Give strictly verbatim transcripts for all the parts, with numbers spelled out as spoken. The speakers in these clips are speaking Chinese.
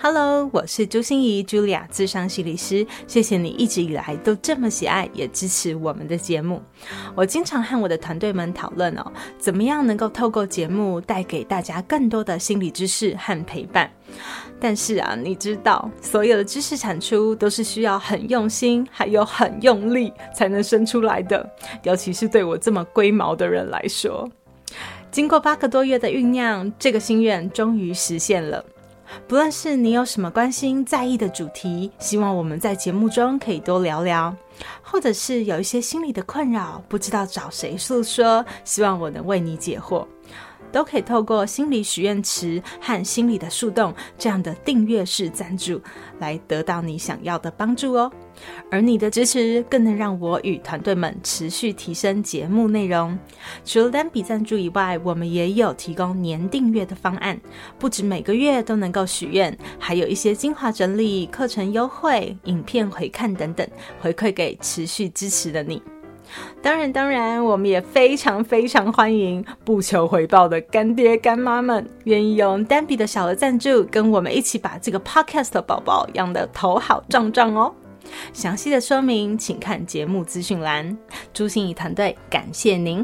Hello， 我是朱心怡 Julia 諮商心理師，謝謝你一直以來都這麼喜愛也支持我們的節目。我經常和我的團隊們討論哦，怎麼樣能夠透過節目帶給大家更多的心理知識和陪伴。但是啊，你知道所有的知識產出都是需要很用心還有很用力才能生出來的，尤其是對我這麼龜毛的人來說。經過八個多月的醞釀，這個心願終於實現了。不論是你有什麼關心在意的主題，希望我們在節目中可以多聊聊，或者是有一些心理的困擾，不知道找誰訴說，希望我能為你解惑，都可以透過心理許願池和心理的樹洞這樣的訂閱式贊助來得到你想要的幫助哦。而你的支持更能讓我與團隊們持續提升節目內容。除了單筆贊助以外，我們也有提供年訂閱的方案，不止每個月都能夠許願，還有一些精華整理、課程優惠、影片回看等等，回饋給持續支持的你。當然當然，我們也非常非常歡迎不求回報的乾爹乾媽們，願意用單筆的小額贊助，跟我們一起把這個 podcast 的寶寶養得頭好壯壯哦。詳細的說明請看節目資訊欄。朱心怡團隊感謝您。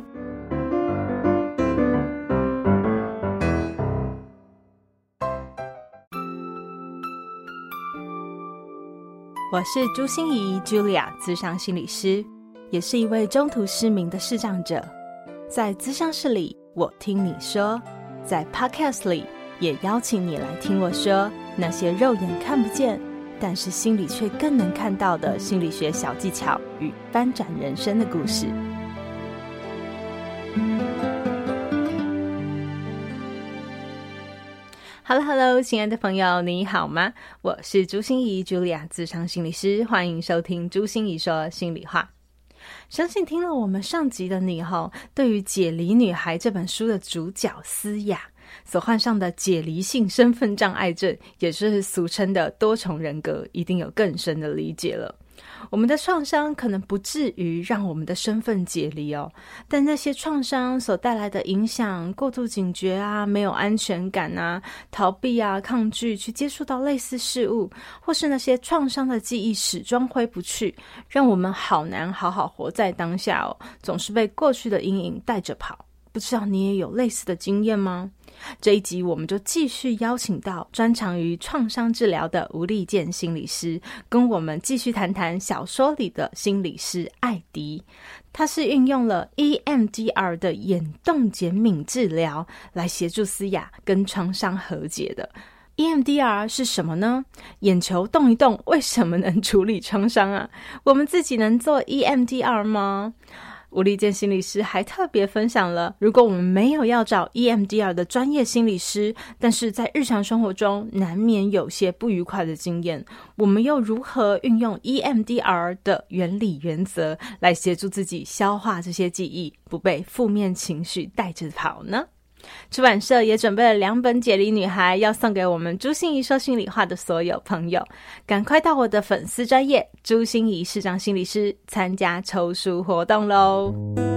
我是朱心怡 Julia 諮商心理師，也是一位中途失明的視障者。在諮商室裡我聽你說，在 podcast 裡也邀請你來聽我說那些肉眼看不見但是心裡卻更能看到的心理學小技巧與翻轉人生的故事。Hello Hello， 親愛的朋友，你好嗎？我是朱心怡 Julia 諮商心理師，歡迎收聽朱心怡說心裡話。相信聽了我們上集的你後，對於《解離女孩》這本書的主角思雅所患上的解離性身份障礙症，也就是俗稱的多重人格，一定有更深的理解了。我們的創傷可能不至於讓我們的身份解離哦，但那些創傷所帶來的影響，過度警覺啊，沒有安全感啊，逃避啊，抗拒去接觸到類似事物，或是那些創傷的記憶始終揮不去，讓我們好難好好活在當下哦，總是被過去的陰影帶着跑。不知道你也有類似的經驗嗎？這一集我們就繼續邀請到專長於創傷治療的吳麗健心理師，跟我們繼續談談小說裡的心理師艾迪。他是運用了 E M D R 的眼動減敏治療來協助思雅跟創傷和解的。E M D R 是什麼呢？眼球動一動，為什麼能處理創傷啊？我們自己能做 E M D R 嗎？吳麗健心理師還特別分享了，如果我們沒有要找 E M D R 的專業心理師，但是在日常生活中難免有些不愉快的經驗，我們又如何運用 E M D R 的原理原則來協助自己消化這些記憶，不被負面情緒帶着跑呢？出版社也準備了兩本解離女孩要送給我們朱心怡說心裡話的所有朋友，趕快到我的粉絲專頁朱心怡視障心理師參加抽書活動咯。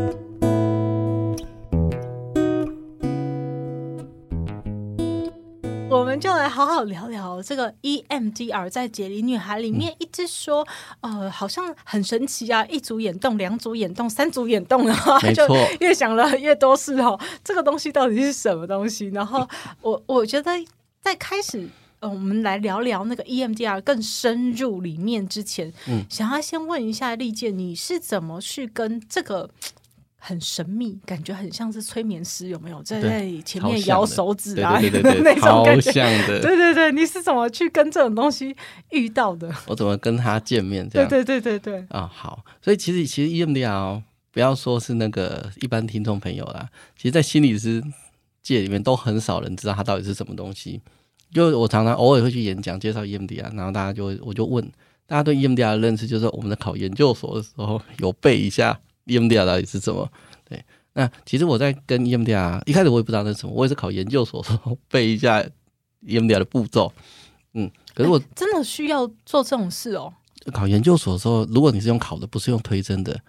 我們就來好好聊聊這個 E M D R 在解離女孩裡面一直說、嗯、呃，好像很神奇啊，一組眼動，兩組眼動，三組眼動，然後就越想了越多事哦，這個東西到底是什麼東西？然後我我覺得在開始呃，我們來聊聊那個 E M D R 更深入裡面之前，嗯，想要先問一下麗健，你是怎麼去跟這個很神秘，感覺很像是催眠師，有沒有在前面搖手指啊？ 對對對對， 好像的。 對對對，你是怎麼去跟這種東西遇到的？ 我怎麼跟他見面？這樣對對對對對。 啊、哦，好。所以其實其實 E M D R、哦、不要說是那個一般聽眾朋友啦，其實在心理師界裡面都很少人知道它到底是什麼東西。就我常常偶爾會去演講介紹 E M D R， 然後大家就我就問大家對 E M D R 的認識，就是我們在考研究所的時候有背一下。E M D R 到底是什麼？對，那其實我在跟 E M D R 一開始我也不知道那是什麼，我也是考研究所的時候背一下 E M D R 的步驟。嗯，可是我、欸、 真的需要做這種事哦。 考研究所的時候，如果你是用考的，不是用推甄的，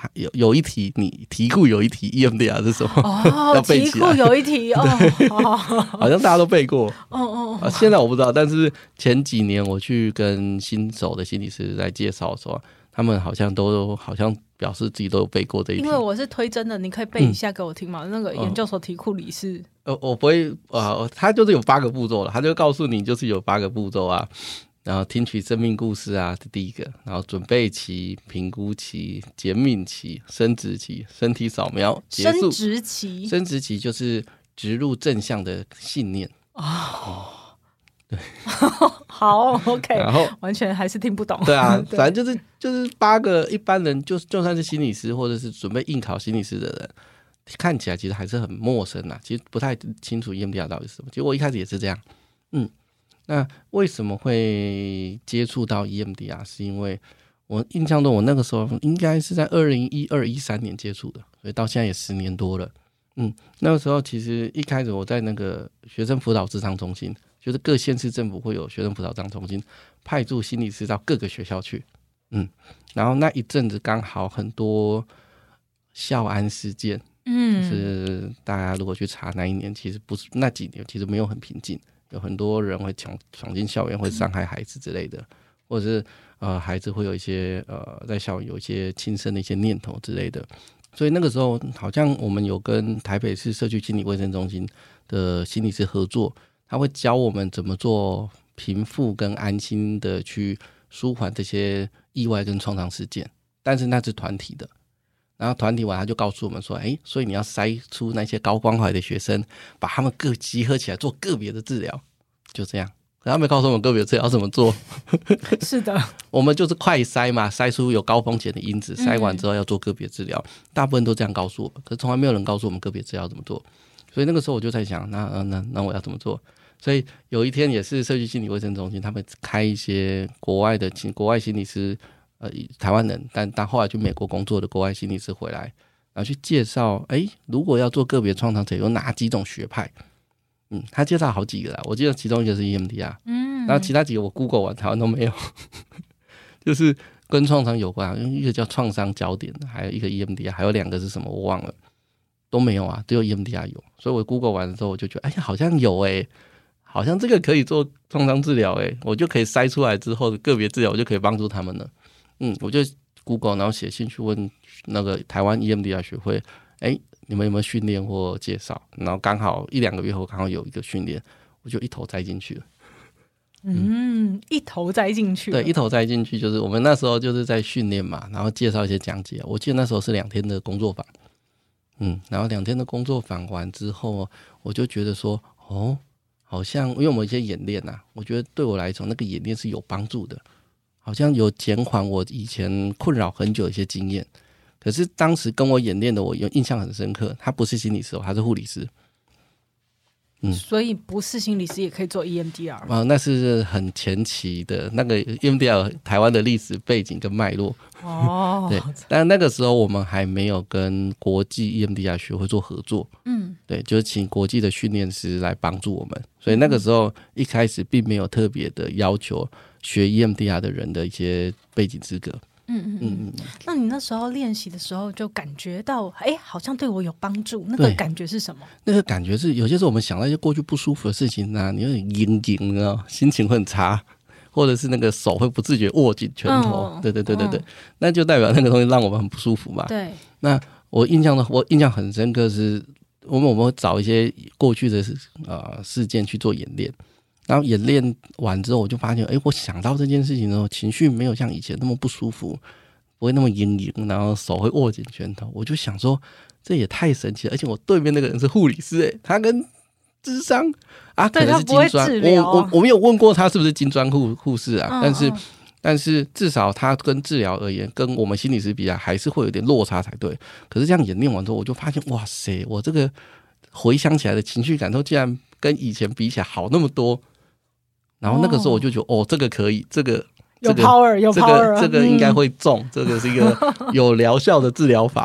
有有一题你题库有一题 E M D R 是什么？ 哦， 要背起来。 题库有一题哦， 好像大家都背过。 哦哦、 啊，现在我不知道，但是前几年我去跟新手的心理师在介绍的时候，他们好像都好像表示自己都有背过这一题。 因为我是推真的，你可以背一下给我听吗？嗯、那个研究所题库里是。 呃，我不会，呃，他就是有八个步骤了，他就告诉你就是有八个步骤啊，然后听取生命故事啊，这第一个，然后准备期、评估期、减敏期、生殖期、身体扫描结束。 生殖期， 生殖期就是植入正向的信念。 哦，对，好 ，OK， 然后完全还是听不懂。 对啊，对反正就是就是八个一般人就就算是心理师或者是准备应考心理师的人。看起来其实还是很陌生啦，其实不太清楚 E M D R 到底是什么。其实我一开始也是这样，嗯，那为什么会接触到 E M D R？ 是因为我印象中我那个时候应该是在二零一二、一三年接触的，所以到现在也十年多了。嗯，那个时候其实一开始我在那个学生辅导咨商中心，就是各县市政府会有学生辅导咨商中心派驻心理师到各个学校去，嗯，然后那一阵子刚好很多校安事件。嗯，就是大家如果去查那一年，其实不是那几年，其实没有很平静，有很多人会闯闯进校园，会伤害孩子之类的，或者是呃孩子会有一些呃在校园有一些轻生的一些念头之类的。所以那个时候好像我们有跟台北市社区心理卫生中心的心理师合作，他会教我们怎么做平复跟安心的去舒缓这些意外跟创伤事件，但是那是团体的。然后团体完他就告诉我们说，哎，所以你要筛出那些高关怀的学生，把他们各集合起来做个别的治疗，就这样。然后他们告诉我们个别治疗怎么做。 是的，我们就是快筛嘛，筛出有高风险的因子，筛完之后要做个别治疗、嗯、大部分都这样告诉我们，可是从来没有人告诉我们个别治疗怎么做。所以那个时候我就在想，那那那我要怎么做？所以有一天也是社区心理卫生中心他们开一些国外的国外心理师呃，台湾人，但但后来去美国工作的国外心理师回来，然后去介绍，哎，如果要做个别创伤者，有哪几种学派？嗯，他介绍好几个啦，我记得其中一个是 E M D R， 嗯，然后其他几个我 Google 完，台湾都没有，就是跟创伤有关，一个叫创伤焦点，还有一个 E M D R， 还有两个是什么我忘了，都没有啊，只有 E M D R 有，所以我 Google 完之后，我就觉得，哎呀，好像有哎、欸。好像这个可以做创伤治疗，哎，我就可以筛出来之后的个别治疗，我就可以帮助他们了。嗯，我就 Google 然后写信去问那个台湾 E M D R 学会，哎，你们有没有训练或介绍？然后刚好一两个月后刚好有一个训练，我就一头栽进去了。 嗯，一头栽进去了。 对，一头栽进去就是我们那时候就是在训练嘛，然后介绍一些讲解。我记得那时候是两天的工作坊，嗯，然后两天的工作坊完之后，我就觉得说，哦。好像因为我们一些演练啊，我觉得对我来说那个演练是有帮助的，好像有减缓我以前困扰很久的一些经验。可是当时跟我演练的我有印象很深刻，他不是心理师，他是护理师。 嗯，所以不是心理师也可以做 E M D R 啊，那是很前期的那个 E M D R 台湾的历史背景跟脉络哦。对，但那个时候我们还没有跟国际 E M D R 学会做合作，嗯，对，就是请国际的训练师来帮助我们，所以那个时候一开始并没有特别的要求学 E M D R 的人的一些背景资格。 嗯嗯嗯，那你那时候练习的时候就感觉到，哎，好像对我有帮助，那个感觉是什么？ 那个感觉是有些时候我们想到一些过去不舒服的事情啊，你有点阴影，你知道，心情会很差，或者是那个手会不自觉握紧拳头，嗯、对对对对对、嗯，那就代表那个东西让我们很不舒服嘛。 对。 那我印象的，我印象很深刻是，我们我们会找一些过去的呃事件去做演练。然后演练完之后，我就发现，哎，我想到这件事情的时候，情绪没有像以前那么不舒服，不会那么阴影，然后手会握紧拳头。我就想说，这也太神奇了！而且我对面那个人是护理师，哎，他跟諮商啊，可能是金專。我我我没有问过他是不是金專護護士啊，嗯、但是、嗯、但是至少他跟治療而言，跟我們心理師比啊，還是會有點落差才對。可是這樣演練完之後，我就發現，哇塞，我這個回想起來的情緒感受，竟然跟以前比起來好那麼多。然後那個時候我就覺得，哦，這個可以，這個有 power， 有 power， 這個這個應該會中，嗯、這個是一個有療效的治療法。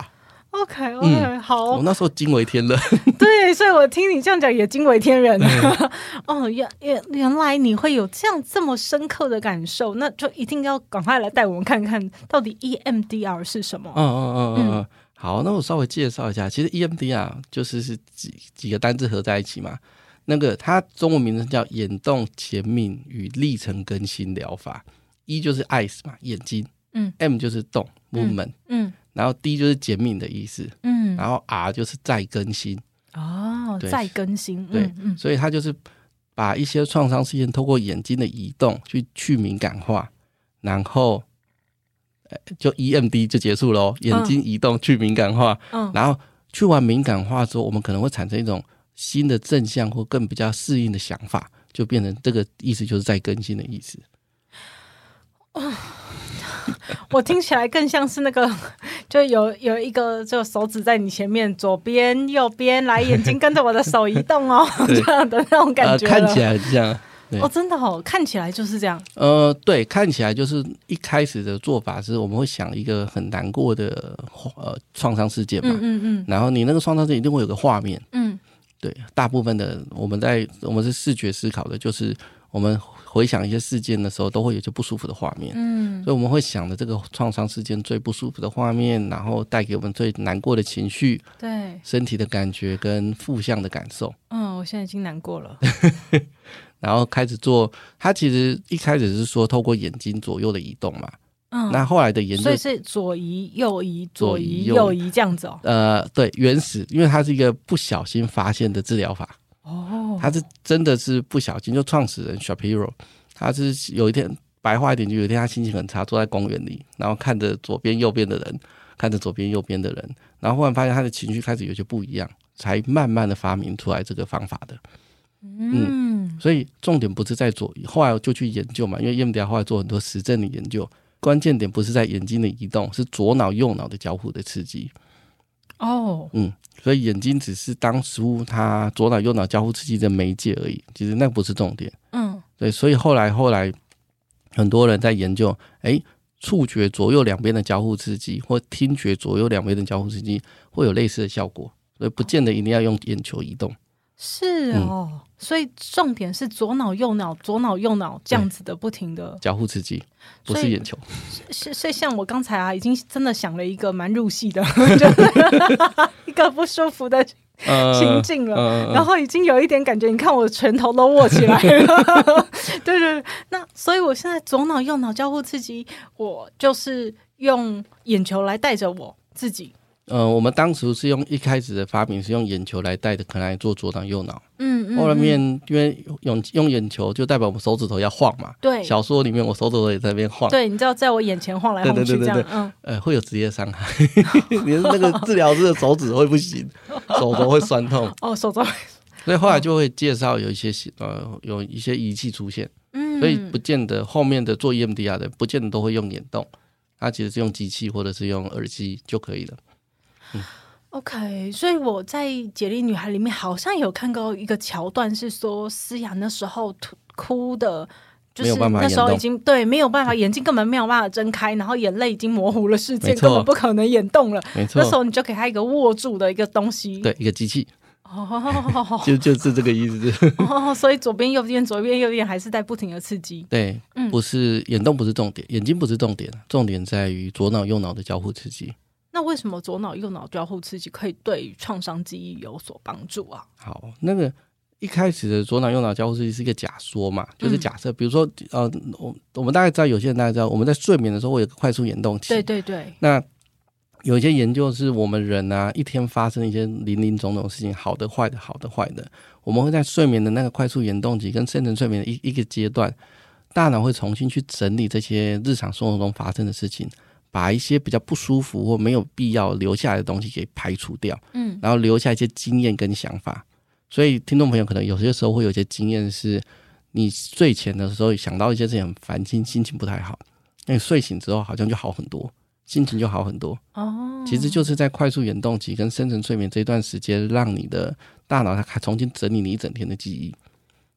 OK OK，、嗯、好， 我那时候惊为天人。 对，所以我听你这样讲也惊为天人。嗯、哦，原原原来你会有这样这么深刻的感受，那就一定要赶快来带我们看看到底 E M D R 是什么。 嗯嗯嗯嗯嗯。好，那我稍微介绍一下，其实 E M D R 就是是几几个单字合在一起嘛。那个它中文名称叫眼动减敏与历程更新疗法。E 就是 eyes 嘛，眼睛。嗯。M 就是动 movement。嗯。然后 D 就是减敏的意思。嗯。然后 R 就是再更新。 哦，再更新。 对、嗯嗯，所以它就是把一些创伤事件透过眼睛的移动去去敏感化，然后就 E M D 就结束了、哦、眼睛移动去敏感化、嗯、然后去完敏感化之后，我们可能会产生一种新的正向或更比较适应的想法，就变成这个意思就是再更新的意思。 哦，我听起来更像是那个就有有一个就手指在你前面，左边右边，来眼睛跟着我的手移动哦这样的那种感觉、 呃、看起来很像。 哦，真的哦，看起来就是这样。 呃，对，看起来就是一开始的做法是我们会想一个很难过的呃创伤事件嘛，嗯嗯嗯，然后你那个创伤事件一定会有个画面，嗯，对，大部分的我们在我们是视觉思考的，就是我们回想一些事件的时候，都会有些不舒服的画面，嗯，所以我们会想的这个创伤事件最不舒服的画面，然后带给我们最难过的情绪， 对， 身体的感觉跟负向的感受。 嗯，我现在已经难过了。 然后开始做，他其实一开始是说透过眼睛左右的移动嘛，嗯，那后来的研究， 所以是左移右移左移右移这样子哦。 呃，对，原始，因为它是一个不小心发现的治疗法。哦，他是真的是不小心，就创始人 Shapiro， 他是有一天白话一点，就有一天他心情很差，坐在公园里，然后看着左边右边的人，看着左边右边的人，然后忽然发现他的情绪开始有些不一样，才慢慢的发明出来这个方法的。嗯，所以重点不是在左，后来就去研究嘛，因为 E M D R 后来做很多实证的研究，关键点不是在眼睛的移动，是左脑右脑的交互的刺激。哦，嗯，所以眼睛只是当初它左脑右脑交互刺激的媒介而已，其实那不是重点。嗯，对，所以后来后来很多人在研究，哎，触觉左右两边的交互刺激，或听觉左右两边的交互刺激，会有类似的效果，所以不见得一定要用眼球移动。 是哦、嗯，所以重点是左脑右脑左脑右脑这样子的不停的交互刺激，不是眼球。 所以, 所以像我刚才啊已经真的想了一个蛮入戏的就是一个不舒服的情境了、呃呃、然后已经有一点感觉，你看我拳头都握起来了对对对，那所以我现在左脑右脑交互刺激，我就是用眼球来带着我自己。 呃，我们当时是用一开始的发明是用眼球来带的，可能来做左脑右脑。嗯嗯。后面因为用用眼球就代表我们手指头要晃嘛。对。小说里面我手指头也在那边晃。 对，你知道在我眼前晃来晃去这样。对对对对对。嗯。呃， 会有职业伤害，你的那个治疗师的手指会不行，手肘会酸痛。 哦，手肘。 所以后来就会介绍有一些呃有一些仪器出现，嗯，所以不见得后面的做 E M D R 的不见得都会用眼动，它其实是用机器或者是用耳机就可以了。 嗯、OK， 所以我在《解离女孩》里面好像有看到一个桥段，是说思雅那时候哭的，就是那时候已经对没有办法，眼睛根本没有办法睁开，然后眼泪已经模糊了视线，根本不可能眼动了。没错，那时候你就给他一个握住的一个东西， 对，一个机器。哦，就就是这个意思。 哦，所以左边右边左边右边还是在不停的刺激。 对，嗯、不是眼动不是重点，眼睛不是重点，重点在于左脑右脑的交互刺激。 那为什么左脑右脑交互刺激可以对于创伤记忆有所帮助啊？ 好，那个一开始的左脑右脑交互刺激是一个假说嘛，就是假设，嗯、比如说呃，我我们大概知道，有些人大概知道，我们在睡眠的时候会有个快速眼动期。 对对对。 那有一些研究是我们人啊，一天发生一些林林总总的事情，好的坏的好的坏的，我们会在睡眠的那个快速眼动期跟深层睡眠的一一个阶段，大脑会重新去整理这些日常生活中发生的事情，把一些比较不舒服或没有必要留下来的东西给排除掉，嗯，然后留下一些经验跟想法。所以听众朋友可能有些时候会有一些经验是，你睡前的时候想到一些事情很烦心，心情不太好，那你睡醒之后好像就好很多，心情就好很多。哦，其实就是在快速眼动期跟深层睡眠这一段时间，让你的大脑它重新整理你一整天的记忆。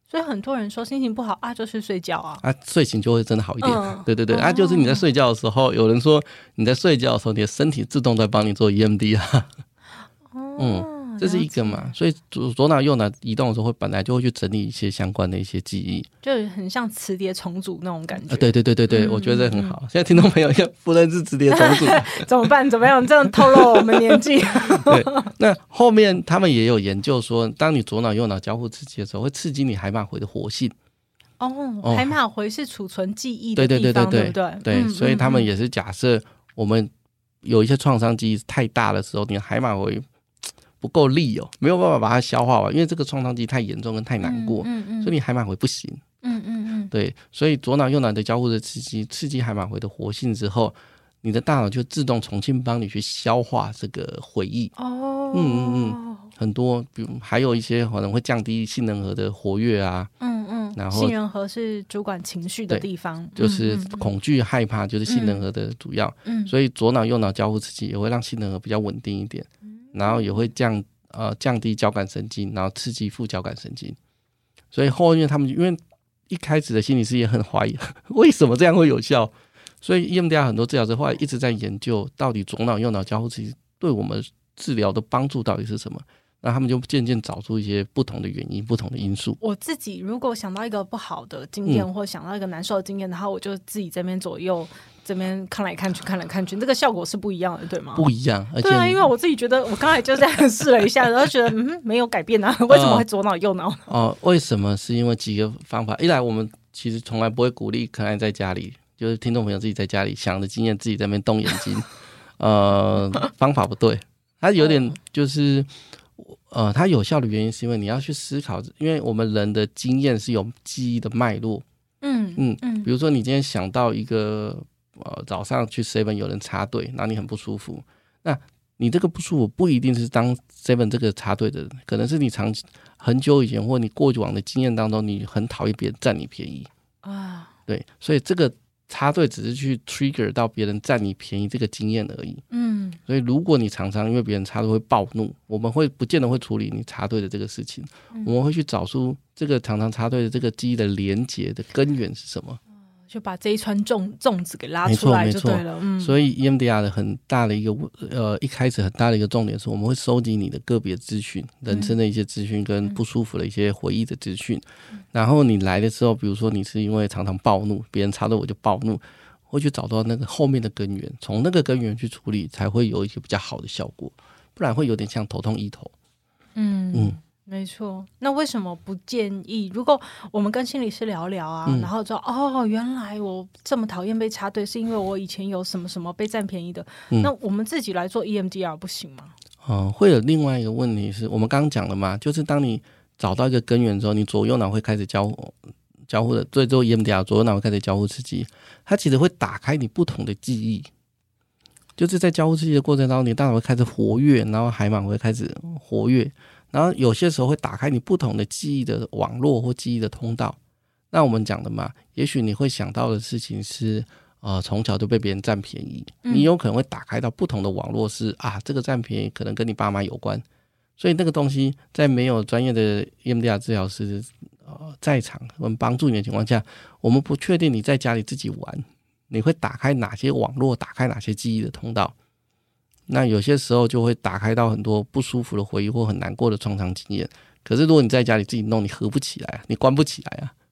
所以很多人说心情不好啊，就是睡觉啊， 啊，睡醒就会真的好一点。 嗯、 对对对，啊，就是你在睡觉的时候，有人说你在睡觉的时候，你的身体自动在帮你做 E M D 啊。 哦、 嗯，这是一个嘛，所以左左脑右脑移动的时候，会本来就会去整理一些相关的一些记忆， 就很像磁碟重组那种感觉。 啊、对对对对对，嗯、我觉得很好。现在听众朋友不认识磁碟重组， 怎么办？怎么样？这样透露我们年纪。 对，那后面他们也有研究说，当你左脑右脑交互刺激的时候，会刺激你海马回的活性。 哦，海马回是储存记忆的地方， 对对对对对不对？ 对， 嗯、 所以他们也是假设我们有一些创伤记忆太大的时候，你的海马回不够力哦，没有办法把它消化完，因为这个创伤记忆太严重跟太难过， 嗯嗯嗯、 所以你海马回不行。 嗯嗯嗯， 对，所以左脑右脑的交互的刺激，刺激海马回的活性之后，你的大脑就自动重新帮你去消化这个回忆。 哦， 嗯嗯嗯，很多，比如还有一些可能会降低杏仁核的活跃啊。 嗯嗯， 然后杏仁核是主管情绪的地方， 就是恐惧、害怕，就是杏仁核的主要。嗯，所以左脑右脑交互刺激也会让杏仁核比较稳定一点，然后也会降呃降低交感神经，然后刺激副交感神经。所以后面他们因为一开始的心理师也很怀疑为什么这样会有效，所以 E M D R 很多治疗师后来一直在研究到底左脑右脑交互刺激对我们治疗的帮助到底是什么。那他们就渐渐找出一些不同的原因、不同的因素。 我自己如果想到一个不好的经验，嗯、或想到一个难受的经验，然后我就自己这边左右这边看来看去、看来看去，这个效果是不一样的，对吗？ 不一样，而且对啊，因为我自己觉得我刚才就这样试了一下，然后觉得嗯没有改变啊，为什么会左脑右脑？ 哦、呃，为什么？是因为几个方法。一来，我们其实从来不会鼓励可能在家里，就是听众朋友自己在家里想的经验，自己在那边动眼睛，呃，方法不对，它有点就是。呃，它有效的原因是因为你要去思考，因为我们人的经验是有记忆的脉络。嗯嗯嗯，比如说你今天想到一个呃早上去 seven 有人插队，然后你很不舒服，那你这个不舒服不一定是当 seven 这个插队的人，可能是你长很久以前或你过往的经验当中，你很讨厌别人占你便宜啊。对，所以这个插队只是去 trigger 到别人占你便宜这个经验而已。嗯，所以如果你常常因为别人插队会暴怒，我们会不见得会处理你插队的这个事情，嗯、我们会去找出这个常常插队的这个记忆的连结的根源是什么， 就把这一串粽粽子给拉出来就对了。嗯， 所以 E M D R 的很大的一个呃一开始很大的一个重点是，我们会收集你的个别资讯，人生的一些资讯跟不舒服的一些回忆的资讯，嗯、然后你来的时候，比如说你是因为常常暴怒，别人插队我就暴怒。会去找到那个后面的根源，从那个根源去处理，才会有一些比较好的效果，不然会有点像头痛医头。 嗯嗯，没错。那为什么不建议？如果我们跟心理师聊聊啊，嗯、然后说哦，原来我这么讨厌被插队，是因为我以前有什么什么被占便宜的。嗯、那我们自己来做 E M D R 不行吗？ 嗯，会有另外一个问题是我们刚刚讲了嘛，就是当你找到一个根源之后，你左右脑会开始交互。交互的最后 E M D R 左右脑会开始交互刺激，它其实会打开你不同的记忆，就是在交互刺激的过程当中，你大脑会开始活跃，然后海马会开始活跃，然后有些时候会打开你不同的记忆的网络或记忆的通道。那我们讲的嘛，也许你会想到的事情是，呃，从小就被别人占便宜，你有可能会打开到不同的网络是啊，这个占便宜可能跟你爸妈有关，所以那个东西在没有专业的 E M D R 治疗师。呃，在场我们帮助你的情况下，我们不确定你在家里自己玩，你会打开哪些网络，打开哪些记忆的通道。那有些时候就会打开到很多不舒服的回忆或很难过的创伤经验。可是如果你在家里自己弄，你合不起来，你关不起来啊。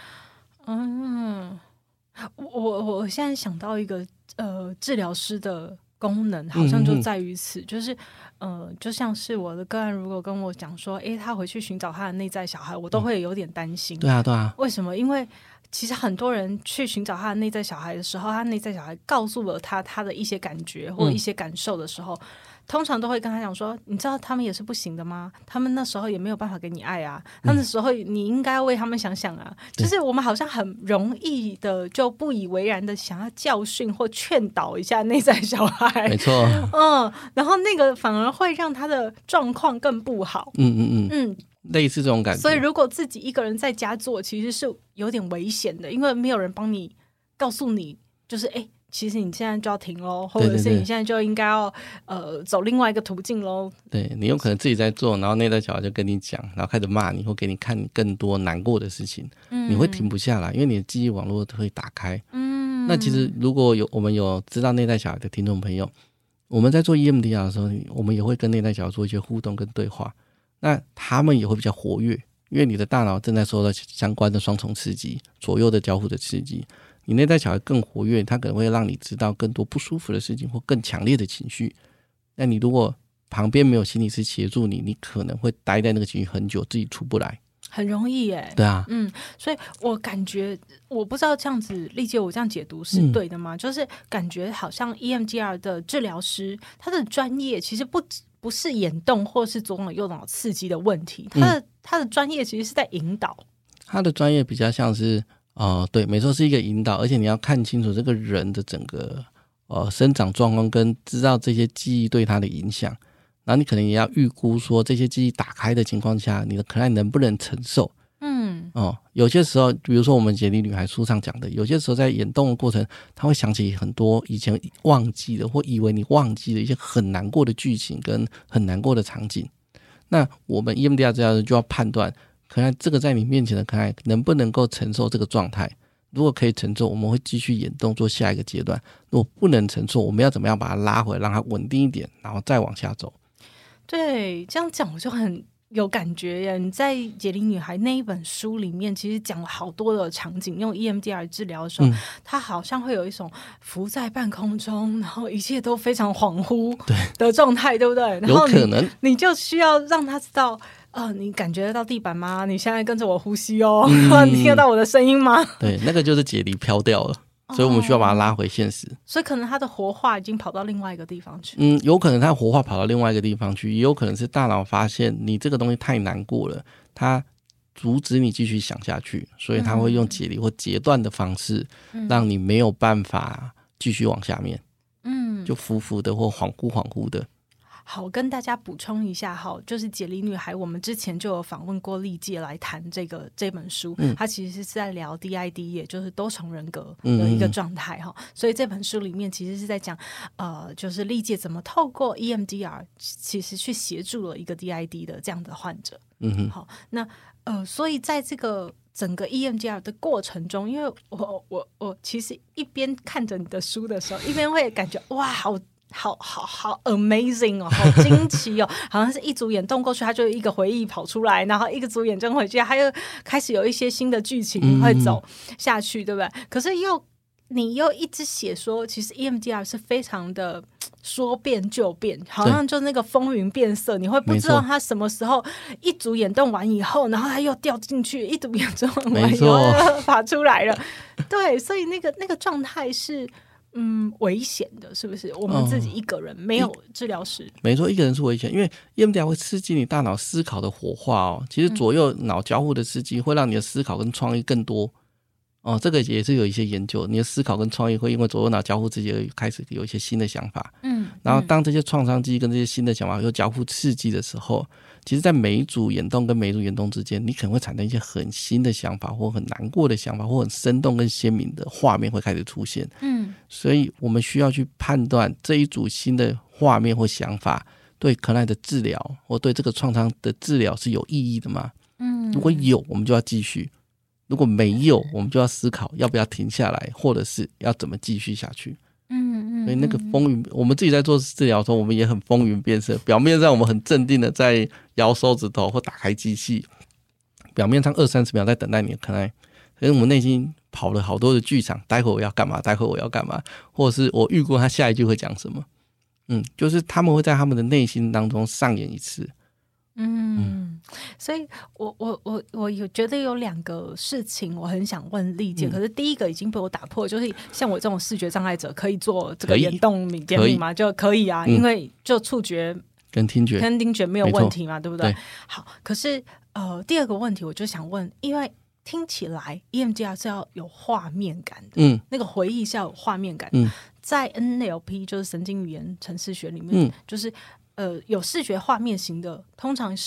嗯，我我我现在想到一个呃治疗师的功能，好像就在于此，嗯、就是呃，就像是我的个案，如果跟我讲说，诶，他回去寻找他的内在小孩，我都会有点担心。 嗯、对啊，对啊。 为什么？因为其实很多人去寻找他的内在小孩的时候，他内在小孩告诉了他他的一些感觉或者一些感受的时候，嗯、通常都会跟他讲说，你知道他们也是不行的吗？他们那时候也没有办法给你爱啊，他那时候你应该为他们想想啊。嗯、就是我们好像很容易的就不以为然的想要教训或劝导一下内在小孩， 没错。 嗯，然后那个反而会让他的状况更不好。 嗯嗯嗯嗯。类似这种感觉， 所以如果自己一个人在家做，其实是有点危险的，因为没有人帮你告诉你，就是哎， 其实你现在就要停咯，或者是你现在就应该要呃走另外一个途径咯。 对，你有可能自己在做，然后内在小孩就跟你讲，然后开始骂你或给你看你更多难过的事情、嗯、你会停不下来，因为你的记忆网络会打开。嗯，那其实如果有我们有知道内在小孩的听众朋友，我们在做 E M D R 的时候，我们也会跟内在小孩做一些互动跟对话，那他们也会比较活跃，因为你的大脑正在受到相关的双重刺激，左右的交互的刺激，你内在小孩更活跃，他可能会让你知道更多不舒服的事情或更强烈的情绪。那你如果旁边没有心理师协助你，你可能会待在那个情绪很久，自己出不来。 很容易耶。 对啊， 嗯，所以我感觉我不知道这样子理解我这样解读是对的吗、嗯、就是感觉好像 E M D R 的治疗师他的专业其实不不是眼动或是左脑右脑刺激的问题，他的、嗯、他的专业其实是在引导，他的专业比较像是呃，对，没错，是一个引导，而且你要看清楚这个人的整个呃生长状况，跟知道这些记忆对他的影响，然后你可能也要预估说这些记忆打开的情况下，你的可爱能不能承受。嗯，哦，有些时候，比如说我们杰里女孩书上讲的，有些时候在演动的过程，她会想起很多以前忘记的或以为你忘记的一些很难过的剧情跟很难过的场景。那我们 E M D R 治疗师就要判断可爱这个在你面前的可爱能不能够承受这个状态，如果可以承受，我们会继续演动做下一个阶段，如果不能承受，我们要怎么样把它拉回来，让它稳定一点，然后再往下走。 对，这样讲我就很有感觉耶。你在《杰里女孩》那一本书里面其实讲了好多的场景，用 E M D R 治疗的时候、嗯、它好像会有一种浮在半空中，然后一切都非常恍惚的状态， 对, 对不对？然后你有可能你就需要让他知道呃，你感觉得到地板吗？你现在跟着我呼吸哦、嗯、你听得到我的声音吗？ 对，那个就是解离飘掉了，所以我们需要把它拉回现实、哦、 所以可能他的活化已经跑到另外一个地方去。 嗯，有可能他活化跑到另外一个地方去，也有可能是大脑发现你这个东西太难过了，它阻止你继续想下去，所以他会用解离或截断的方式、嗯、让你没有办法继续往下面，嗯，就浮浮的或恍惚恍惚的。 好，跟大家补充一下哈，就是《解离女孩》，我们之前就有访问过历届来谈这个这本书，嗯，它其实是在聊 D I D， 也就是多重人格的一个状态哈、嗯。所以这本书里面其实是在讲，呃，就是历届怎么透过 E M D R， 其实去协助了一个 D I D 的这样的患者。嗯哼，好，那呃，所以在这个整个 E M D R 的过程中，因为我我我其实一边看着你的书的时候，一边会感觉哇，好。好好好 amazing 哦，好惊奇哦，好像是一组眼动过去，它就一个回忆跑出来，然后一个组眼睁回去，它又开始有一些新的剧情会走下去、嗯、对不对？可是又你又一直写说其实 E M D R 是非常的说变就变，好像就那个风云变色，你会不知道它什么时候一组眼动完以后，然后它又掉进去，一组眼动完以后又爬出来了。对，所以那个那个状态是嗯，危险的，是不是？我们自己一个人、嗯、没有治疗师， 没错，一个人是危险，因为 E M D R 会刺激你大脑思考的活化哦。其实左右脑交互的刺激会让你的思考跟创意更多哦。这个也是有一些研究，你的思考跟创意会因为左右脑交互刺激而开始有一些新的想法。嗯，然后当这些创伤记忆跟这些新的想法又交互刺激的时候，其实在每一组眼动跟每一组眼动之间，你可能会产生一些很新的想法，或很难过的想法，或很生动跟鲜明的画面会开始出现。嗯，所以我们需要去判断这一组新的画面或想法对可爱的治疗或对这个创伤的治疗是有意义的吗？嗯，如果有，我们就要继续；如果没有，我们就要思考要不要停下来，或者是要怎么继续下去。嗯嗯，所以那个风云，我们自己在做治疗的时候，我们也很风云变色。表面上我们很镇定的在摇手指头或打开机器，表面上二三十秒在等待你的可爱，可是我们内心跑了好多的剧场，待会我要干嘛？待会我要干嘛？或者是我预估他下一句会讲什么？嗯，就是他们会在他们的内心当中上演一次。 嗯，所以我我我我有觉得有两个事情我很想问丽姐、嗯、可是第一个已经被我打破，就是像我这种视觉障碍者可以做这个眼动点名吗？就可以啊、嗯、因为就触觉跟听觉跟听觉没有问题嘛， 对, 对不对？好，可是呃第二个问题我就想问，因为听起来 E M D R 是要有画面感的，嗯，那个回忆是要有画面感的、嗯、在 N L P 就是神经语言程式学里面、嗯、就是呃，有视觉画面型的通常是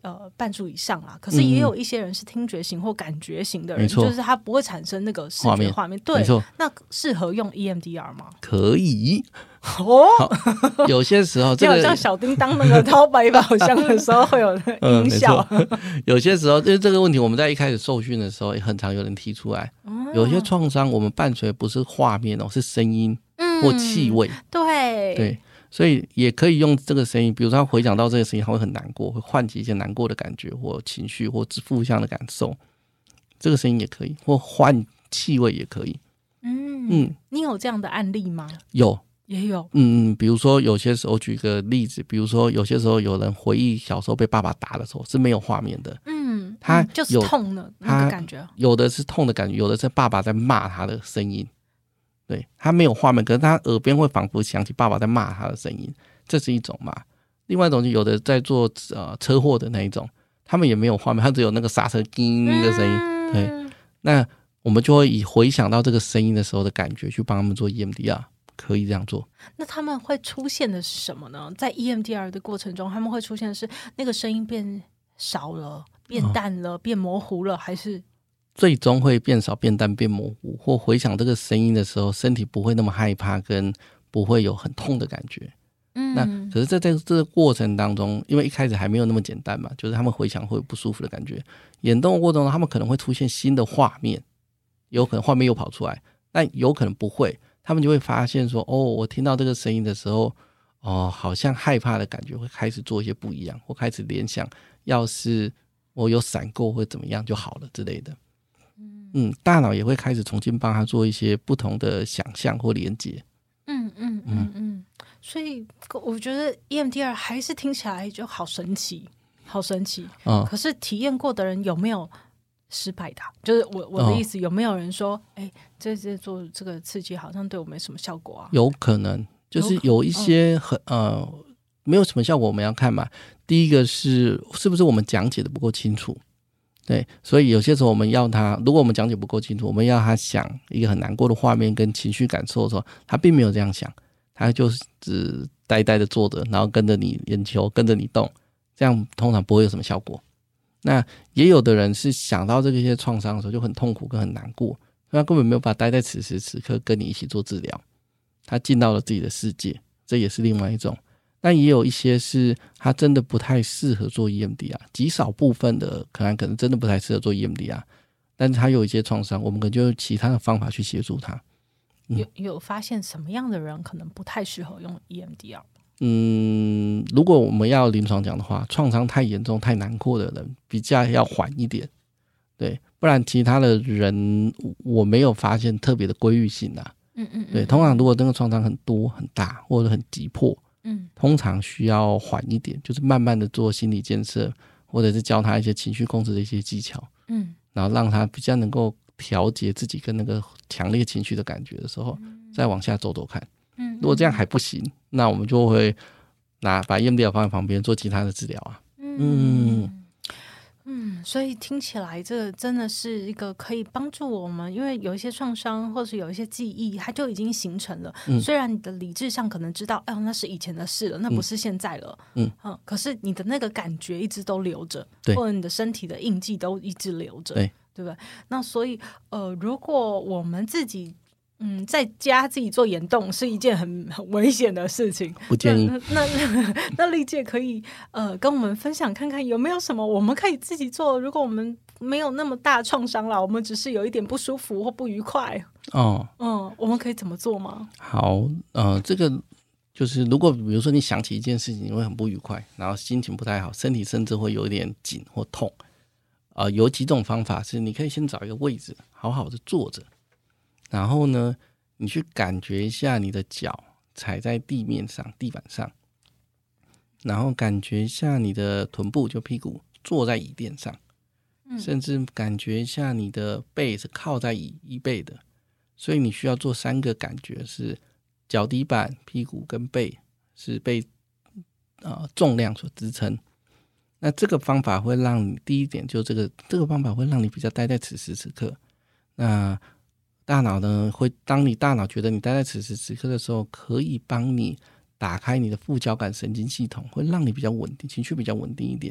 呃半数以上啦，可是也有一些人是听觉型或感觉型的人， 嗯、 就是他不会产生那个视觉画面。对，那适合用 E M D R 吗？ 可以。 哦， 有些时候这个就好像小叮当那个掏百宝箱的时候会有音效。 嗯、有些时候，因为这个问题，我们在一开始受训的时候也很常有人提出来。哦、有些创伤，我们伴随不是画面哦，是声音或气味。 嗯、对对。所以也可以用这个声音，比如说他回想到这个声音，他会很难过，会唤起一些难过的感觉或情绪或负向的感受。这个声音也可以，或换气味也可以。 嗯嗯，你有这样的案例吗？ 有， 也有。 嗯，比如说有些时候举个例子，比如说有些时候有人回忆小时候被爸爸打的时候是没有画面的。 嗯， 他就是痛的那个感觉。 有的是痛的感觉，有的是爸爸在骂他的声音。对，他没有画面，可是他耳边会仿佛响起爸爸在骂他的声音，这是一种嘛。另外一种就有的在做呃车祸的那一种，他们也没有画面，他只有那个刹车叮的声音。嗯、对，那我们就会以回想到这个声音的时候的感觉去帮他们做 E M D R， 可以这样做。 那他们会出现的是什么呢？在 E M D R 的过程中，他们会出现的是那个声音变少了、变淡了、哦、变模糊了，还是？ 最终会变少、变淡、变模糊，或回想这个声音的时候，身体不会那么害怕，跟不会有很痛的感觉。嗯，那可是在这这个过程当中，因为一开始还没有那么简单嘛，就是他们回想会有不舒服的感觉。演动的过程中，他们可能会出现新的画面，有可能画面又跑出来，但有可能不会。他们就会发现说：“哦，我听到这个声音的时候，哦，好像害怕的感觉会开始做一些不一样，或开始联想，要是我有闪过会怎么样就好了之类的。”嗯，大脑也会开始重新帮他做一些不同的想象或连接。 嗯嗯嗯嗯，所以我觉得 E M D R 还是听起来就好神奇，好神奇。嗯，可是体验过的人有没有失败的？就是我我的意思，有没有人说，哎、嗯，这这做这个刺激好像对我没什么效果啊？ 有可能，就是有一些很、嗯、呃没有什么效果，我们要看嘛。第一个是是不是我们讲解的不够清楚。对，所以有些时候我们要他，如果我们讲解不够清楚，我们要他想一个很难过的画面跟情绪感受的时候，他并没有这样想，他就是只呆呆的坐着，然后跟着你眼球，跟着你动，这样通常不会有什么效果。那也有的人是想到这些创伤的时候就很痛苦跟很难过，他根本没有办法待在此时此刻跟你一起做治疗，他进到了自己的世界，这也是另外一种。但也有一些是他真的不太适合做 E M D R， 极少部分的可能可能真的不太适合做 E M D R， 但是他有一些创伤，我们可能就用其他的方法去协助他。 嗯、有有发现什么样的人可能不太适合用 E M D R？ 嗯，如果我们要临床讲的话，创伤太严重太难过的人比较要缓一点，对，不然其他的人我没有发现特别的规律性啊。嗯嗯, 嗯对，通常如果这个创伤很多很大或者很急迫，嗯，通常需要缓一点，就是慢慢的做心理建设，或者是教他一些情绪控制的一些技巧，嗯，然后让他比较能够调节自己跟那个强烈情绪的感觉的时候，嗯、再往下走走看。嗯，如果这样还不行，那我们就会拿把 E M D R 放在旁边做其他的治疗啊。嗯。 嗯嗯，所以听起来这个真的是一个可以帮助我们，因为有一些创伤或是有一些记忆它就已经形成了、嗯、虽然你的理智上可能知道、哎、那是以前的事了，那不是现在了 嗯, 嗯可是你的那个感觉一直都留着，或者你的身体的印记都一直留着，对对不对？那所以呃，如果我们自己嗯，在家自己做眼动是一件很很危险的事情， 不建议。 那那那丽姐可以呃跟我们分享看看有没有什么我们可以自己做？如果我们没有那么大创伤了，我们只是有一点不舒服或不愉快，哦，嗯，我们可以怎么做吗？ 好，呃，这个就是如果比如说你想起一件事情，你会很不愉快，然后心情不太好，身体甚至会有一点紧或痛，呃，有几种方法是你可以先找一个位置，好好的坐着。然后呢，你去感觉一下你的脚踩在地面上、地板上，然后感觉一下你的臀部，就屁股坐在椅垫上，嗯、甚至感觉一下你的背是靠在椅椅背的。所以你需要做三个感觉，是脚底板、屁股跟背是被、呃、重量所支撑。那这个方法会让你第一点就这个这个方法会让你比较待在此时此刻。那大脑呢，会当你大脑觉得你待在此时此刻的时候，可以帮你打开你的副交感神经系统，会让你比较稳定，情绪比较稳定一点。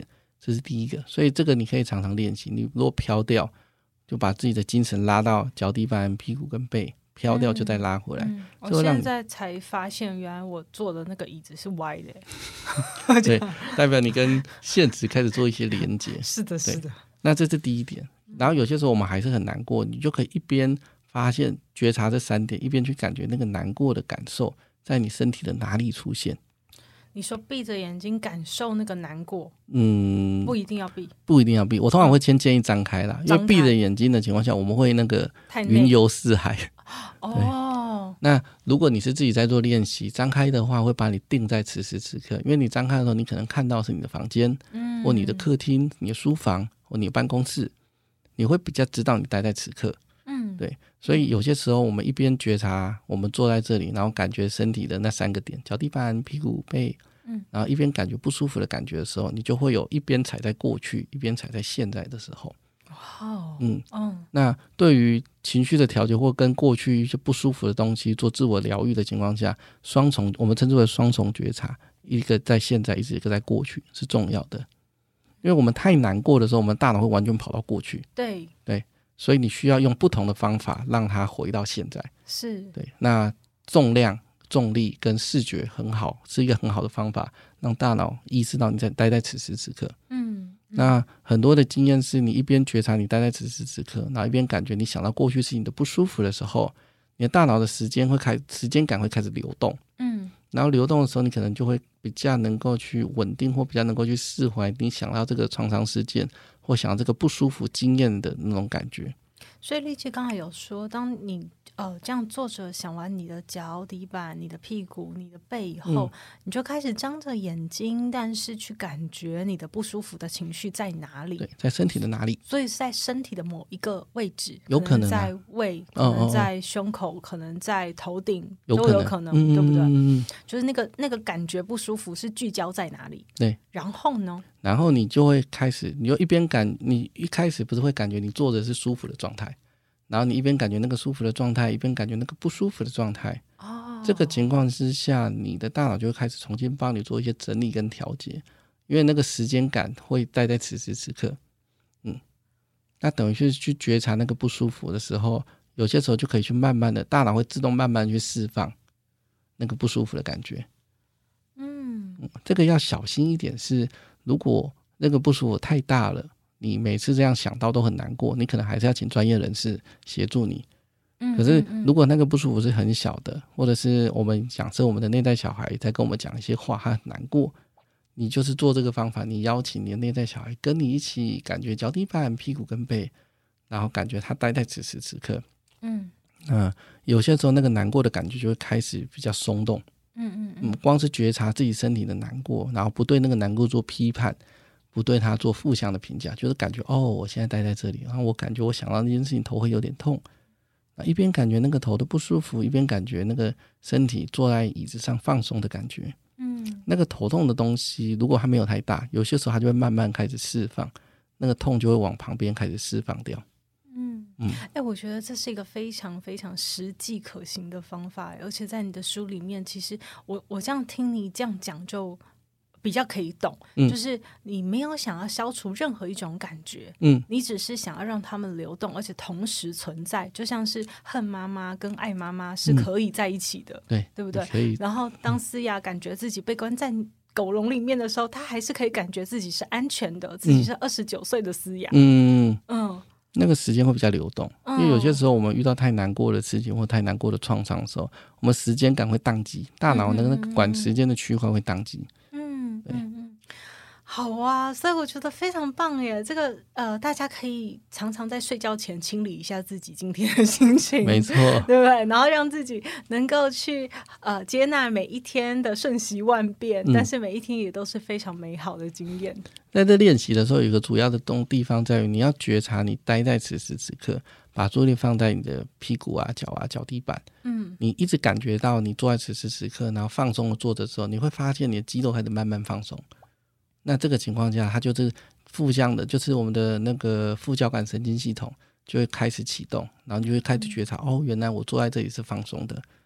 这是第一个。所以这个你可以常常练习，你如果飘掉就把自己的精神拉到脚底板、屁股跟背，飘掉就再拉回来、 嗯嗯、我现在才发现原来我坐的那个椅子是歪的对，代表你跟现实开始做一些连接是的是的， 那这是第一点。然后有些时候我们还是很难过，你就可以一边发现觉察这三点，一边去感觉那个难过的感受在你身体的哪里出现。 你说闭着眼睛感受那个难过， 嗯， 不一定要闭， 不一定要闭。我通常会先建议张开啦，嗯、因为闭着眼睛的情况下，我们会那个云游四海。哦，那如果你是自己在做练习，张开的话会把你定在此时此刻，因为你张开的时候，你可能看到是你的房间，嗯，或你的客厅、你的书房或你的办公室，你会比较知道你待在此刻。嗯，对，所以有些时候我们一边觉察我们坐在这里，然后感觉身体的那三个点，脚底板、屁股、背，嗯，然后一边感觉不舒服的感觉的时候，你就会有一边踩在过去，一边踩在现在的时候。哇，嗯，哦，那对于情绪的调节或跟过去一些不舒服的东西做自我疗愈的情况下，双重我们称之为双重觉察，一个在现在，一个在过去是重要的。因为我们太难过的时候，我们大脑会完全跑到过去。 对对。所以你需要用不同的方法让它回到现在。 是， 对。那重量、重力跟视觉很好，是一个很好的方法，让大脑意识到你在待在此时此刻。嗯，嗯那很多的经验是你一边觉察你待在此时此刻，然后一边感觉你想到过去事情的不舒服的时候，你的大脑的时间会开，时间感会开始流动。嗯，然后流动的时候，你可能就会比较能够去稳定，或比较能够去释怀你想到这个创伤事件。或想这个不舒服经验的那种感觉。 所以丽姐刚才有说，当你呃这样坐着想完你的脚底板、你的屁股、你的背以后、嗯、你就开始张着眼睛，但是去感觉你的不舒服的情绪在哪里。 对，在身体的哪里？ 所以是在身体的某一个位置， 有可能、啊、 在胃，可能在胸口，哦哦可能在头顶，都有可能，嗯、对不对？嗯，就是那个那个感觉不舒服是聚焦在哪里？ 对， 然后呢？ 然后你就会开始，你就一边感，你一开始不是会感觉你坐着是舒服的状态，然后你一边感觉那个舒服的状态，一边感觉那个不舒服的状态。哦，这个情况之下，你的大脑就会开始重新帮你做一些整理跟调节，因为那个时间感会待在此时此刻。嗯，那等于是去觉察那个不舒服的时候，有些时候就可以去慢慢的，大脑会自动慢慢去释放那个不舒服的感觉。嗯，嗯这个要小心一点是。如果那个不舒服太大了，你每次这样想到都很难过，你可能还是要请专业人士协助你。嗯，可是如果那个不舒服是很小的，或者是我们假设我们的内在小孩在跟我们讲一些话，他很难过，你就是做这个方法，你邀请你的内在小孩跟你一起感觉脚底板、屁股跟背，然后感觉他待在此时此刻。嗯，呃、有些时候那个难过的感觉就会开始比较松动。嗯嗯嗯，光是觉察自己身体的难过，然后不对那个难过做批判，不对他做负向的评价，就是感觉哦，我现在待在这里，然后我感觉我想到那件事情头会有点痛，一边感觉那个头的不舒服，一边感觉那个身体坐在椅子上放松的感觉。嗯，那个头痛的东西，如果它没有太大，有些时候它就会慢慢开始释放，那个痛就会往旁边开始释放掉。 嗯嗯，哎、欸，我觉得这是一个非常非常实际可行的方法，而且在你的书里面，其实我我这样听你这样讲就比较可以懂、嗯，就是你没有想要消除任何一种感觉，嗯，你只是想要让他们流动，而且同时存在，就像是恨妈妈跟爱妈妈是可以在一起的，嗯、对对不对？ 可以。 然后当思雅感觉自己被关在狗笼里面的时候，她还是可以感觉自己是安全的，自己是二十九岁的思雅，嗯嗯。 那个时间会比较流动，因为有些时候我们遇到太难过的事情或太难过的创伤的时候，我们时间感会宕机，大脑那个管时间的区块会宕机。嗯，对。 好啊，所以我觉得非常棒耶！这个呃，大家可以常常在睡觉前清理一下自己今天的心情， 没错， 对不对？然后让自己能够去呃接纳每一天的瞬息万变、嗯，但是每一天也都是非常美好的经验。 在这练习的时候，有一个主要的动地方在于，你要觉察你待在此时此刻，把注意力放在你的屁股啊、脚啊、脚底板。嗯，你一直感觉到你坐在此时此刻，然后放松的坐着的时候，你会发现你的肌肉开始慢慢放松。那这个情况下，它就是负向的，就是我们的那个副交感神经系统就会开始启动，然后你就会开始觉察、嗯、哦，原来我坐在这里是放松的。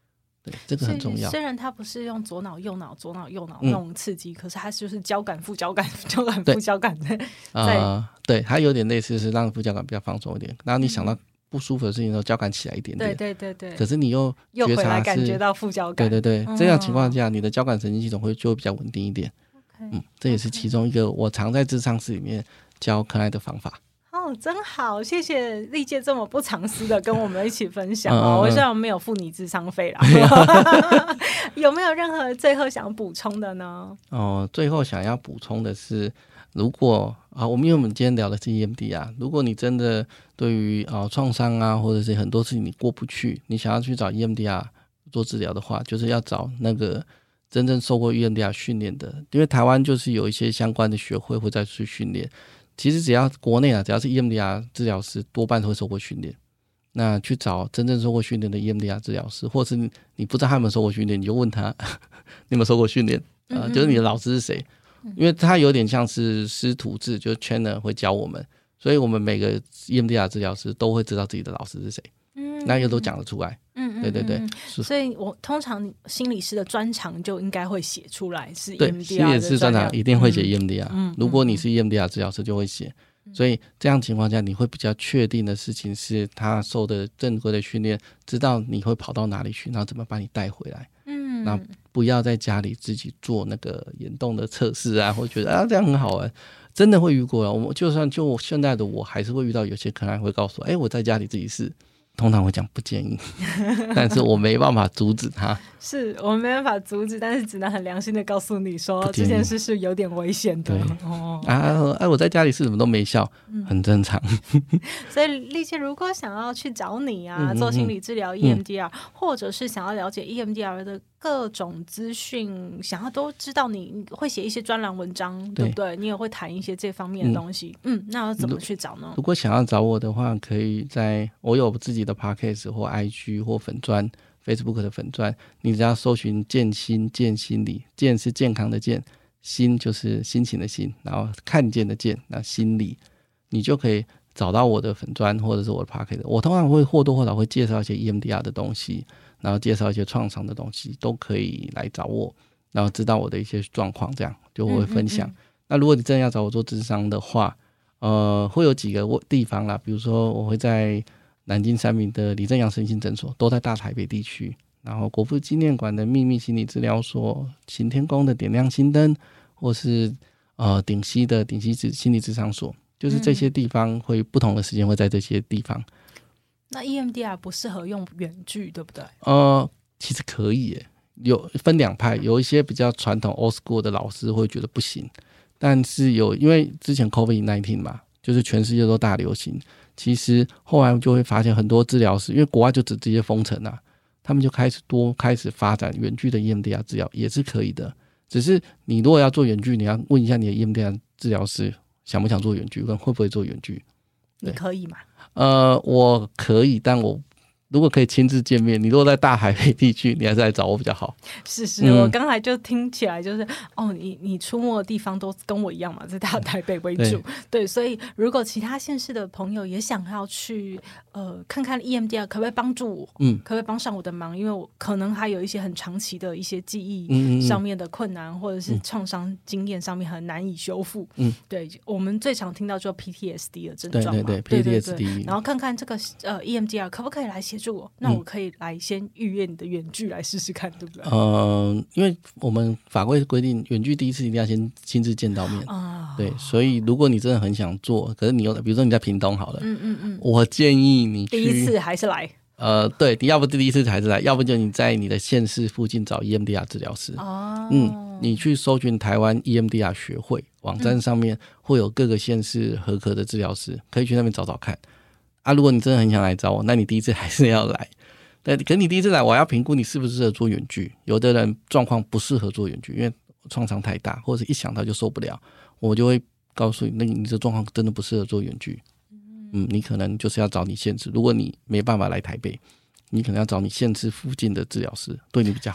对，这个很重要。 虽然它不是用左脑右脑左脑右脑那种刺激、嗯、可是它就是交感副交感交感副交感的呃，对，它有点类似是让副交感比较放松一点，然后你想到不舒服的事情的时候交感起来一点点， 对对对对， 可是你又又回来感觉到副交感， 对对对、嗯、这样情况下你的交感神经系统会就会比较稳定一点、okay, 嗯，这也是其中一个我常在諮商室里面教可爱的方法。 哦，真好，谢谢丽姐这么不藏私的跟我们一起分享哦。我虽然没有付你諮商费啦，有没有任何最后想补充的呢？ 哦，最后想要补充的是，如果啊，我们因为我们今天聊的是 E M D R， 如果你真的对于啊创伤啊，或者是很多事情你过不去，你想要去找 E M D R 做治疗的话，就是要找那个真正受过 E M D R 训练的，因为台湾就是有一些相关的学会会再去训练。其实只要国内啊，只要是 E M D R 治疗师，多半都会受过训练。那去找真正受过训练的 E M D R 治疗师，或者是你不知道他有没有受过训练，你就问他你有没有受过训练、呃嗯嗯就是你的老师是谁，因为他有点像是师徒制，就是 trainer 会教我们，所以我们每个 E M D R 治疗师都会知道自己的老师是谁，嗯，那又都讲得出来。嗯，对对对， 所以我通常心理师的专长就应该会写出来是 E M D R 的专长，对，心理师专长一定会写 E M D R、嗯、如果你是 E M D R 治疗师就会写、嗯、所以这样情况下你会比较确定的事情是他受的正规的训练，知道你会跑到哪里去，然后怎么把你带回来，嗯，然后不要在家里自己做那个眼动的测试啊，或觉得啊这样很好玩，真的会遇过了。我就算就现在的我还是会遇到有些可能会告诉我，哎，我在家里自己试，通常会讲不建议但是我没办法阻止他是我没办法阻止，但是只能很良心的告诉你说这件事是有点危险的。哦啊，哎，我在家里是什么都没效、嗯、很正常所以丽姐如果想要去找你啊、嗯、做心理治疗 E M D R、嗯、或者是想要了解 E M D R 的各种资讯，想要都知道，你会写一些专栏文章 对, 对不对？你也会谈一些这方面的东西。 嗯, 嗯，那要怎么去找呢？ 如果想要找我的话，可以在我有自己的 Podcast 或 I G 或粉专 Facebook 的粉专，你只要搜寻健心健心理，健是健康的健，心就是心情的心，然后看见的见，那心理，你就可以找到我的粉专或者是我的 Podcast。 我通常会或多或少会介绍一些 E M D R 的东西，然后介绍一些创伤的东西，都可以来找我，然后知道我的一些状况，这样就会分享。嗯嗯嗯，那如果你真的要找我做諮商的话，呃，会有几个地方啦，比如说我会在南京三民的李正阳身心诊所，都在大台北地区，然后国父纪念馆的秘密心理治疗所，行天宫的点亮心灯，或是呃顶溪的顶溪心理諮商所，就是这些地方会不同的时间会在这些地方。 那 E M D R 不适合用远距对不对？ 呃，其实可以耶，有分两派，有一些比较传统 old school 的老师会觉得不行，但是有因为之前 COVID 十九 嘛，就是全世界都大流行，其实后来就会发现很多治疗师，因为国外就直接封城啊，他们就开始多开始发展远距的 E M D R 治疗也是可以的，只是你如果要做远距，你要问一下你的 E M D R 治疗师想不想做远距，跟会不会做远距。 你可以吗？ 呃，我可以，但我如果可以亲自见面，你如果在大台北地区，你还是来找我比较好。 是是、嗯、我刚才就听起来就是哦，你你出没的地方都跟我一样嘛，在大台北为主。 对, 对，所以如果其他县市的朋友也想要去呃看看 E M D R 可不可以帮助我，嗯，可不可以帮上我的忙，因为我可能还有一些很长期的一些记忆上面的困难，嗯嗯嗯，或者是创伤经验上面很难以修复。嗯，对，我们最常听到就 P T S D 的症状嘛， 对对对 P T S D， 对对对，然后看看这个呃 E M D R 可不可以来协助我，那我可以来先预约你的远距来试试看，对不对？呃， 因为我们法规规定远距第一次一定要先亲自见到面啊，对，所以如果你真的很想做，可是你有比如说你在屏东好了，嗯嗯嗯，我建议你去第一次还是来， 呃，对，你要不第一次还是来，要不就你在你的县市附近找 E M D R 治疗师哦，嗯，你去搜寻台湾 E M D R 学会网站上面会有各个县市合格的治疗师，可以去那边找找看。啊，如果你真的很想来找我，那你第一次还是要来。对，可是你第一次来，我要评估你适不适合做远距。有的人状况不适合做远距，因为创伤太大，或者一想到就受不了，我就会告诉你，那你这状况真的不适合做远距。嗯，你可能就是要找你县市，如果你没办法来台北，你可能要找你县市附近的治疗师，对你比较好。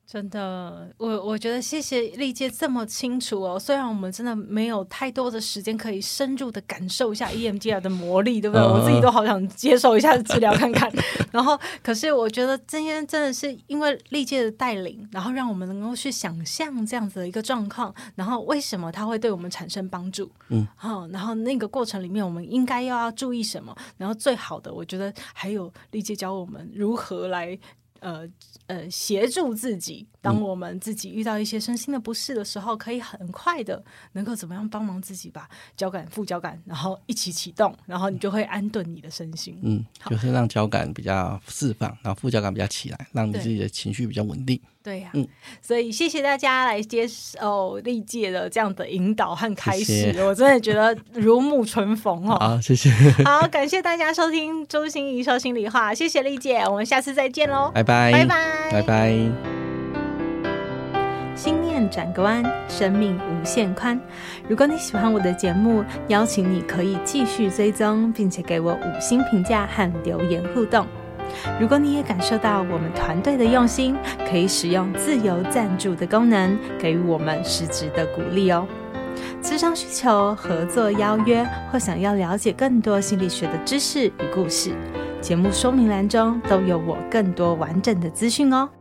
真的，我我觉得谢谢丽姐这么清楚哦。虽然我们真的没有太多的时间可以深入的感受一下 E M D R 的魔力，对不对？我自己都好想接受一下治疗看看。然后，可是我觉得今天真的是因为丽姐的带领，然后让我们能够去想象这样子的一个状况，然后为什么它会对我们产生帮助，嗯，好，然后那个过程里面我们应该要要注意什么，然后最好的，我觉得还有丽姐教我们如何来。呃呃，协助自己，当我们自己遇到一些身心的不适的时候，可以很快的能够怎么样帮忙自己把交感、副交感，然后一起启动，然后你就会安顿你的身心。 嗯，就是让交感比较释放，然后副交感比较起来，让你自己的情绪比较稳定。 对呀、啊， 嗯， 所以谢谢大家来接受历届的这样的引导和开始， 谢谢我真的觉得如沐春风哦。 好，谢谢。 好，感谢大家收听周心怡说心里话，谢谢丽姐，我们下次再见喽， 拜拜， 拜拜， 拜拜。 心念转个弯，生命无限宽。如果你喜欢我的节目，邀请你可以继续追踪，并且给我五星评价和留言互动。如果你也感受到我们团队的用心，可以使用自由赞助的功能，给予我们实质的鼓励哦。咨商需求、合作邀约，或想要了解更多心理学的知识与故事，节目说明栏中都有我更多完整的资讯哦。